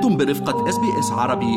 أنتم برفقة SBS عربي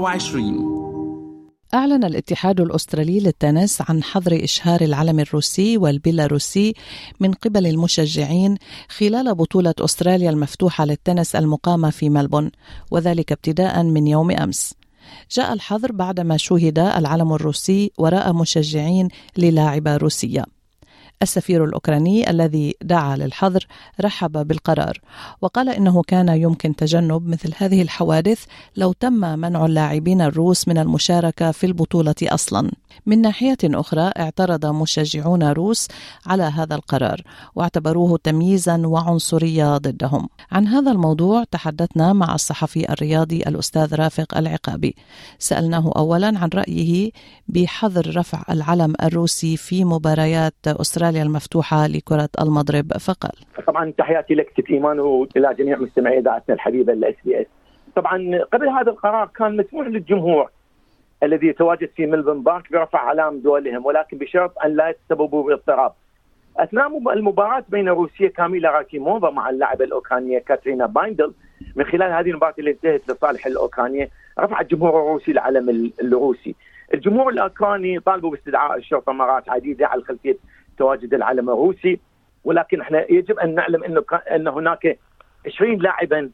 24. أعلن الاتحاد الأسترالي للتنس عن حظر إشهار العلم الروسي والبيلاروسي من قبل المشجعين خلال بطولة أستراليا المفتوحة للتنس المقامة في ملبون، وذلك ابتداء من يوم أمس. جاء الحظر بعدما شوهد العلم الروسي وراء مشجعين للاعبة روسية. السفير الأوكراني الذي دعا للحظر رحب بالقرار، وقال إنه كان يمكن تجنب مثل هذه الحوادث لو تم منع اللاعبين الروس من المشاركة في البطولة أصلا. من ناحية أخرى اعترض مشجعون روس على هذا القرار واعتبروه تمييزا وعنصرية ضدهم. عن هذا الموضوع تحدثنا مع الصحفي الرياضي الأستاذ رافق العقابي. سألناه أولا عن رأيه بحظر رفع العلم الروسي في مباريات أستراليا المفتوحة لكرة المضرب، فقال: طبعا تحياتي لك ست إيمان وإلى جميع مستمعي إذاعتنا الحبيبة SBS. طبعا قبل هذا القرار كان مسموح للجمهور الذي يتواجد في ملبون بارك برفع علام دولهم، ولكن بشرط أن لا يتسببوا باضطراب. أثناء المباراة بين روسيا كاميلا راكيموفا مع اللاعبة الأوكرانية كاترينا بايندل، من خلال هذه المباراة اللي انتهت لصالح الأوكرانية، رفع الجمهور الروسي العلم الروسي. الجمهور الأوكراني طالبوا باستدعاء الشرطة مرات عديدة على خلفية تواجد العلم الروسي، ولكن احنا يجب أن نعلم أن هناك 20 لاعبا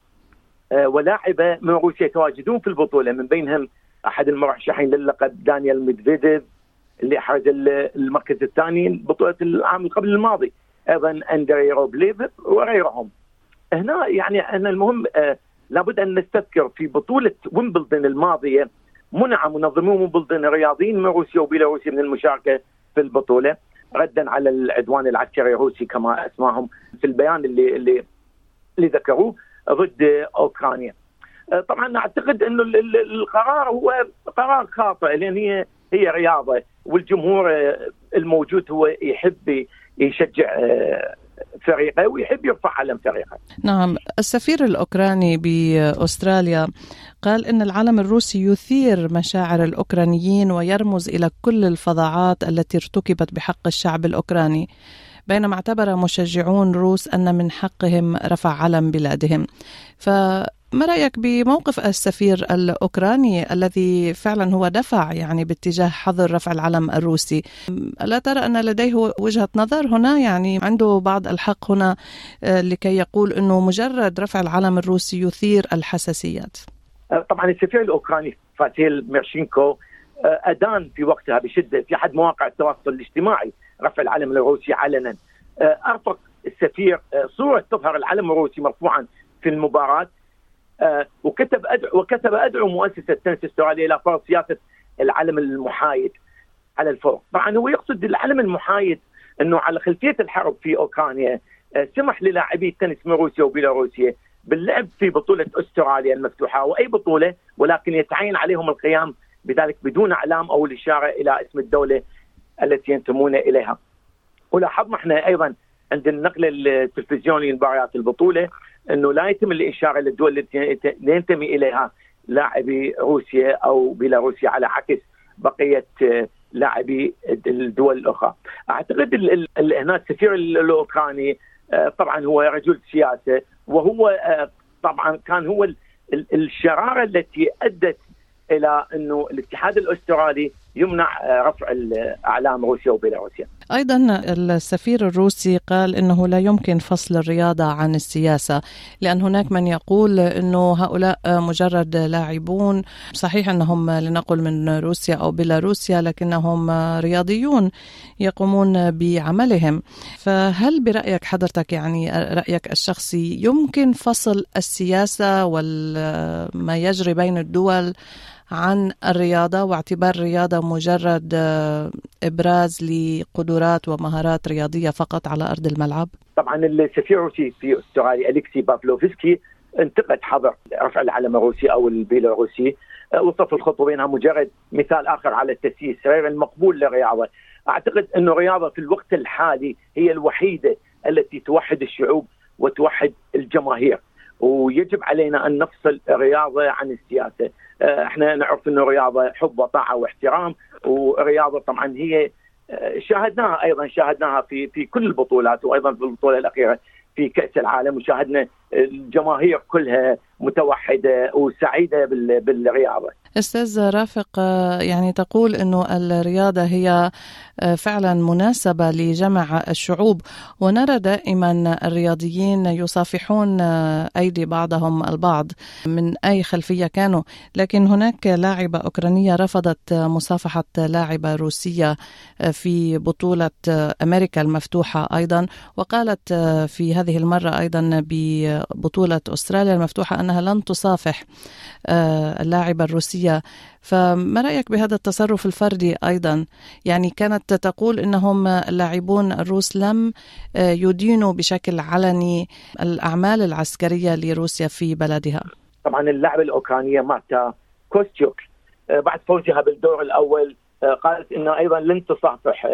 ولاعبة من روسيا يتواجدون في البطولة، من بينهم أحد المرشحين للقب دانيال ميدفيديف اللي حرز المركز الثاني بطولة العام قبل الماضي، أيضا أندري روبليف وغيرهم. هنا يعني أن المهم لابد أن نستذكر في بطولة ويمبلدون الماضية منع منظمون ويمبلدون رياضيين من روسيا وبيلاروسيا من المشاركة في البطولة ردا على العدوان العسكري الروسي كما اسماهم في البيان اللي ذكروه ضد أوكرانيا. طبعا أعتقد أنه القرار هو قرار خاطئ، لأن هي رياضة والجمهور الموجود هو يحب يشجع فريقه ويحب يرفع علم فريقه. نعم، السفير الأوكراني بأستراليا قال إن العلم الروسي يثير مشاعر الأوكرانيين ويرمز إلى كل الفظاعات التي ارتكبت بحق الشعب الأوكراني، بينما اعتبر مشجعون روس أن من حقهم رفع علم بلادهم. فما رأيك بموقف السفير الأوكراني الذي فعلا هو دفع يعني باتجاه حظر رفع العلم الروسي؟ ألا ترى أن لديه وجهة نظر هنا، يعني عنده بعض الحق هنا لكي يقول أنه مجرد رفع العلم الروسي يثير الحساسيات؟ طبعا السفير الأوكراني فاتيل ميرشينكو أدان في وقتها بشدة في أحد مواقع التواصل الاجتماعي رفع العلم الروسي علنا. أرفق السفير صورة تظهر العلم الروسي مرفوعا في المباراة، وكتب أدعو مؤسسة تنس أستراليا إلى فرض سياسة العلم المحايد على الفور. طبعا هو يقصد العلم المحايد أنه على خلفية الحرب في أوكرانيا سمح للاعبي التنس من روسيا وبيلاروسيا باللعب في بطولة أستراليا المفتوحة أو أي بطولة، ولكن يتعين عليهم القيام بذلك بدون إعلام أو الإشارة إلى اسم الدولة التي ينتمون إليها. ولاحظنا احنا أيضا عند النقل التلفزيوني لمباريات البطولة أنه لا يتم الإشارة للدول التي ينتمي إليها لاعبي روسيا أو بيلاروسيا على عكس بقية لاعبي الدول الأخرى. أعتقد هنا السفير الأوكراني طبعا هو رجل سياسة، وهو طبعا كان هو الشرارة التي أدت إلى أنه الاتحاد الأسترالي يمنع رفع أعلام روسيا وبيلاروسيا. أيضا السفير الروسي قال أنه لا يمكن فصل الرياضة عن السياسة، لأن هناك من يقول أنه هؤلاء مجرد لاعبون، صحيح أنهم لنقل من روسيا أو بيلاروسيا لكنهم رياضيون يقومون بعملهم. فهل برأيك حضرتك، يعني رأيك الشخصي، يمكن فصل السياسة وما يجري بين الدول عن الرياضة واعتبار الرياضة مجرد إبراز لقدرات ومهارات رياضية فقط على أرض الملعب؟ طبعا السفير الروسي في أستراليا أليكسي بافلوفسكي انتقد حظر رفع العلم الروسي أو البيلاروسي، وصف الخطوة بينها مجرد مثال آخر على التسييس غير المقبول للرياضة. أعتقد أن الرياضة في الوقت الحالي هي الوحيدة التي توحد الشعوب وتوحد الجماهير، ويجب علينا أن نفصل الرياضة عن السياسة. احنا نعرف أنه رياضة حب وطاعة واحترام، ورياضة طبعا هي شاهدناها في كل البطولات، وأيضا في البطولة الأخيرة في كأس العالم، وشاهدنا الجماهير كلها متوحدة وسعيدة بالرياضة. أستاذ رافق، يعني تقول أنه الرياضة هي فعلا مناسبة لجمع الشعوب، ونرى دائما الرياضيين يصافحون أيدي بعضهم البعض من أي خلفية كانوا، لكن هناك لاعبة أوكرانية رفضت مصافحة لاعبة روسية في بطولة أمريكا المفتوحة أيضا، وقالت في هذه المرة أيضا ببطولة أستراليا المفتوحة أنها لن تصافح اللاعبة الروسية. فما رأيك بهذا التصرف الفردي أيضا؟ يعني كانت تقول إنهم اللاعبون الروس لم يدينوا بشكل علني الأعمال العسكرية لروسيا في بلدها. طبعا اللاعبة الأوكرانية مارتا كوستيوك بعد فوزها بالدور الأول قالت إنه أيضا لن تصافح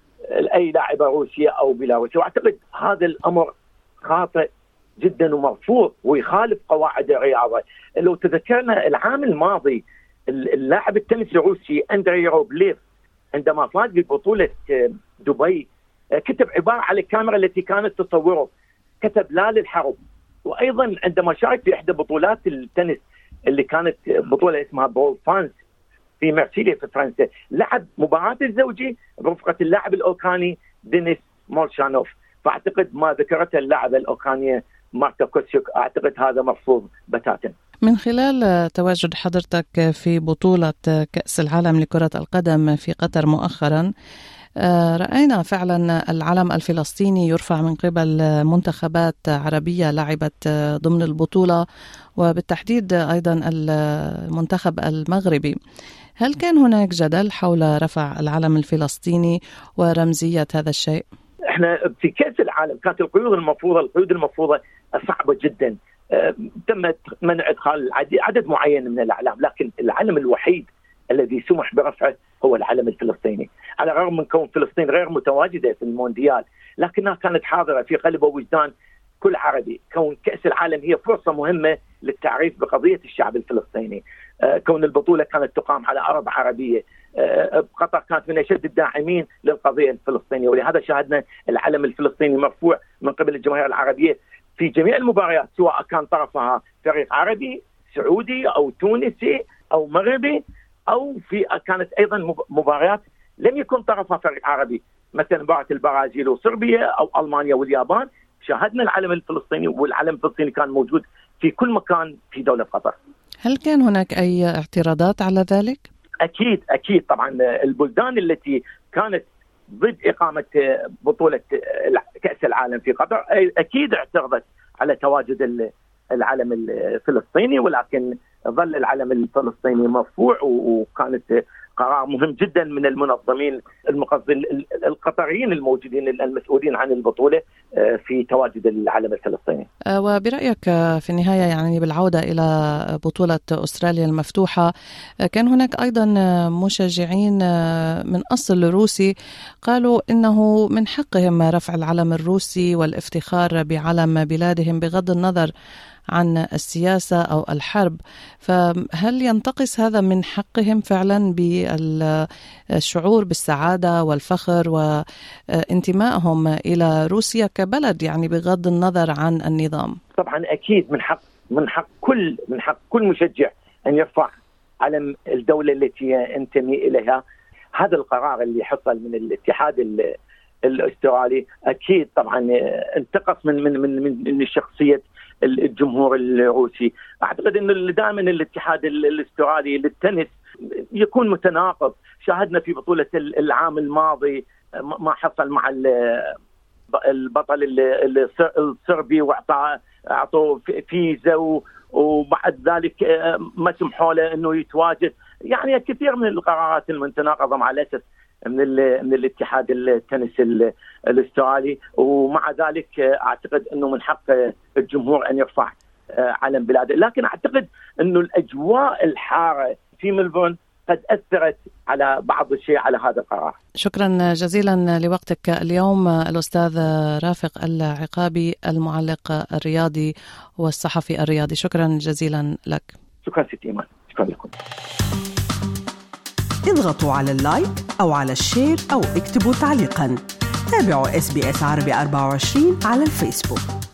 أي لاعبة روسية أو بيلاروسية، وأعتقد هذا الأمر خاطئ جدا ومرفوض ويخالف قواعد الرياضة. لو تذكرنا العام الماضي اللاعب التنس الروسي أندري روبليف عندما فاز ببطولة دبي كتب عبارة على الكاميرا التي كانت تصوره، كتب لا للحرب. وأيضا عندما شارك في إحدى بطولات التنس اللي كانت بطولة اسمها بول فانس في مرسيليا في فرنسا، لعب مباراة الزوجي برفقة اللاعب الأوكراني دينيس مولشانوف. فأعتقد ما ذكرته اللاعبة الأوكرانية مارتا كوستيوك أعتقد هذا مرفوض بتاتا. من خلال تواجد حضرتك في بطولة كأس العالم لكرة القدم في قطر مؤخرا، رأينا فعلا العلم الفلسطيني يرفع من قبل منتخبات عربية لعبت ضمن البطولة، وبالتحديد أيضا المنتخب المغربي. هل كان هناك جدل حول رفع العلم الفلسطيني ورمزية هذا الشيء؟ احنا في كأس العالم كانت القيود المفروضة صعبة جدا، تم منع ادخال عدد معين من الاعلام، لكن العلم الوحيد الذي سمح برفعه هو العلم الفلسطيني، على الرغم من كون فلسطين غير متواجدة في المونديال لكنها كانت حاضرة في قلب ووجدان كل عربي. كون كأس العالم هي فرصة مهمة للتعريف بقضية الشعب الفلسطيني، كون البطولة كانت تقام على أرض عربية، قطر كانت من أشد الداعمين للقضية الفلسطينية، ولهذا شاهدنا العلم الفلسطيني مرفوع من قبل الجماهير العربية في جميع المباريات، سواء كان طرفها فريق عربي سعودي أو تونسي أو مغربي، أو في كانت أيضا مباريات لم يكن طرفها فريق عربي، مثلا مباراة البرازيل وصربيا أو ألمانيا واليابان، شاهدنا العلم الفلسطيني، والعلم الفلسطيني كان موجود في كل مكان في دولة قطر. هل كان هناك أي اعتراضات على ذلك؟ أكيد طبعا البلدان التي كانت ضد إقامة بطولة كأس العالم في قطر أكيد اعترضت على تواجد العلم الفلسطيني، ولكن ظل العلم الفلسطيني مرفوع، وكانت قرار مهم جدا من المنظمين القطريين الموجودين المسؤولين عن البطولة في تواجد العلم الفلسطيني. وبرأيك في النهاية، يعني بالعودة إلى بطولة أستراليا المفتوحة، كان هناك أيضا مشجعين من أصل روسي قالوا إنه من حقهم رفع العلم الروسي والافتخار بعلم بلادهم بغض النظر عن السياسة أو الحرب. فهل ينتقص هذا من حقهم فعلا بالشعور بالسعادة والفخر وانتمائهم إلى روسيا كبلد، يعني بغض النظر عن النظام؟ طبعا أكيد من حق كل مشجع أن يرفع علم الدولة التي ينتمي إليها. هذا القرار اللي حصل من الاتحاد الاسترالي أكيد طبعا انتقص من شخصية الجمهور الروسي. أعتقد أن دائما الاتحاد الاسترالي للتنس يكون متناقض. شاهدنا في بطولة العام الماضي ما حصل مع البطل الصربي، وأعطوه فيزا وبعد ذلك ما سمحوا له أنه يتواجد. يعني كثير من القرارات المتناقضة مع الأسف من الاتحاد التنس الاسترالي، ومع ذلك أعتقد أنه من حق الجمهور أن يرفع علم بلاده. لكن أعتقد أنه الأجواء الحارة في ملبورن قد أثرت على بعض الشيء على هذا القرار. شكرا جزيلا لوقتك اليوم الأستاذ رافق العقابي، المعلق الرياضي والصحفي الرياضي. شكرا جزيلا لك. شكرا ست إيمان. شكرا لكم. اضغطوا على اللايك أو على الشير أو اكتبوا تعليقا. تابعوا SBS عربي 24 على الفيسبوك.